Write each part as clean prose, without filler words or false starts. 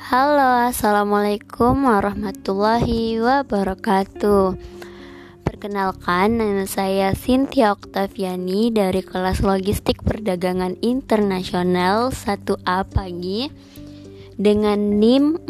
Halo, assalamualaikum warahmatullahi wabarakatuh. Perkenalkan, nama saya Cynthia Oktaviani dari kelas Logistik Perdagangan Internasional 1A Pagi dengan NIM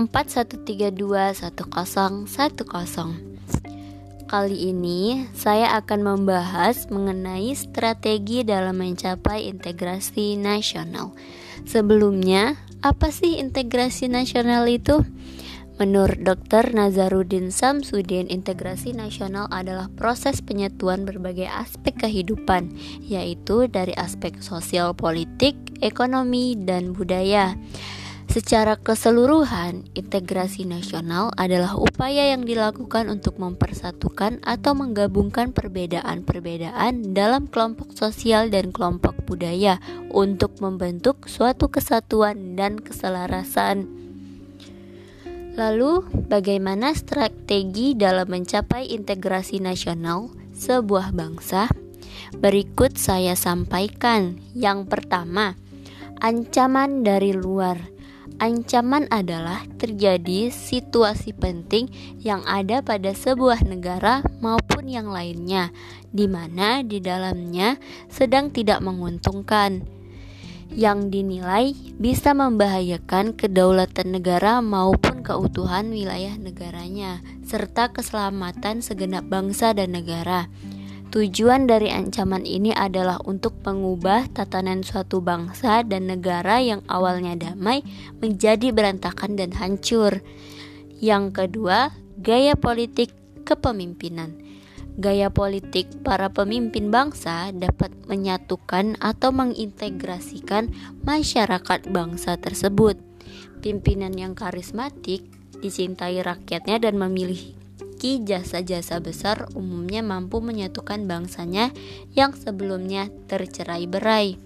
41321010. Kali ini saya akan membahas mengenai strategi dalam mencapai integrasi nasional. Sebelumnya, apa sih integrasi nasional itu? Menurut Dr. Nazaruddin Samsudin, integrasi nasional adalah proses penyatuan berbagai aspek kehidupan, yaitu dari aspek sosial, politik, ekonomi, dan budaya. Secara keseluruhan, integrasi nasional adalah upaya yang dilakukan untuk mempersatukan atau menggabungkan perbedaan-perbedaan dalam kelompok sosial dan kelompok budaya untuk membentuk suatu kesatuan dan keselarasan. Lalu, bagaimana strategi dalam mencapai integrasi nasional sebuah bangsa? Berikut saya sampaikan. Yang pertama, ancaman dari luar. Ancaman adalah terjadi situasi penting yang ada pada sebuah negara maupun yang lainnya, di mana di dalamnya sedang tidak menguntungkan, yang dinilai bisa membahayakan kedaulatan negara maupun keutuhan wilayah negaranya, serta keselamatan segenap bangsa dan negara. Tujuan dari ancaman ini adalah untuk mengubah tatanan suatu bangsa dan negara yang awalnya damai menjadi berantakan dan hancur. Yang kedua, gaya politik kepemimpinan. Gaya politik para pemimpin bangsa dapat menyatukan atau mengintegrasikan masyarakat bangsa tersebut. Pimpinan yang karismatik, dicintai rakyatnya dan memiliki jasa-jasa besar umumnya mampu menyatukan bangsanya yang sebelumnya tercerai-berai.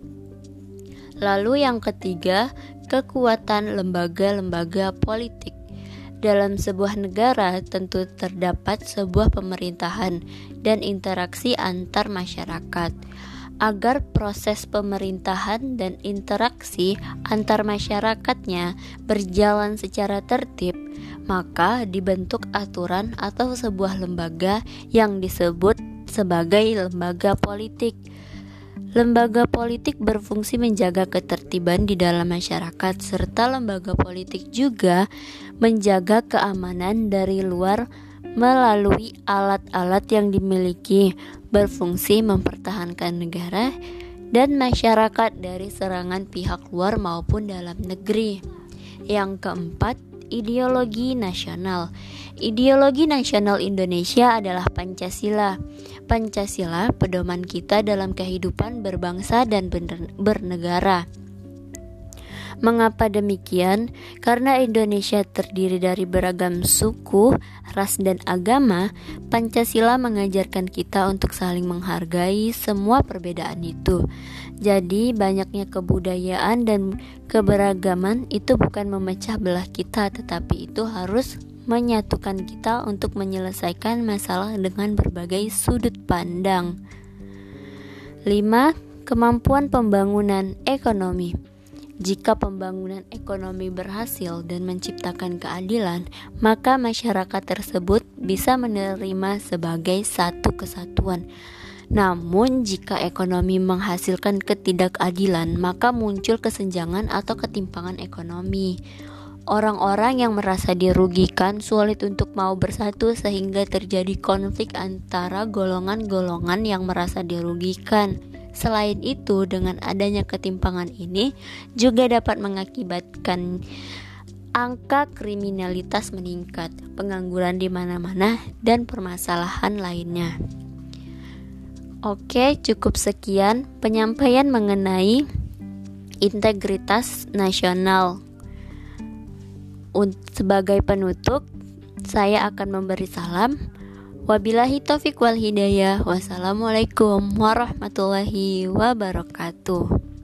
Lalu yang ketiga, kekuatan lembaga-lembaga politik. Dalam sebuah negara tentu terdapat sebuah pemerintahan dan interaksi antar masyarakat. Agar proses pemerintahan dan interaksi antar masyarakatnya berjalan secara tertib, maka dibentuk aturan atau sebuah lembaga yang disebut sebagai lembaga politik. Lembaga politik berfungsi menjaga ketertiban di dalam masyarakat, serta lembaga politik juga menjaga keamanan dari luar melalui alat-alat yang dimiliki, berfungsi mempertahankan negara dan masyarakat dari serangan pihak luar maupun dalam negeri. Yang keempat, ideologi nasional. Ideologi nasional Indonesia adalah Pancasila. Pancasila pedoman kita dalam kehidupan berbangsa dan bernegara. Mengapa demikian? Karena Indonesia terdiri dari beragam suku, ras, dan agama. Pancasila mengajarkan kita untuk saling menghargai semua perbedaan itu. Jadi banyaknya kebudayaan dan keberagaman itu bukan memecah belah kita, tetapi itu harus menyatukan kita untuk menyelesaikan masalah dengan berbagai sudut pandang. 5. Kemampuan pembangunan ekonomi. Jika pembangunan ekonomi berhasil dan menciptakan keadilan, maka masyarakat tersebut bisa menerima sebagai satu kesatuan. Namun, jika ekonomi menghasilkan ketidakadilan, maka muncul kesenjangan atau ketimpangan ekonomi. Orang-orang yang merasa dirugikan sulit untuk mau bersatu sehingga terjadi konflik antara golongan-golongan yang merasa dirugikan. Selain itu, dengan adanya ketimpangan ini juga dapat mengakibatkan angka kriminalitas meningkat, pengangguran di mana-mana, dan permasalahan lainnya. Oke, cukup sekian penyampaian mengenai integritas nasional. Sebagai penutup, saya akan memberi salam. Wabillahi taufiq wal hidayah. Wassalamualaikum warahmatullahi wabarakatuh.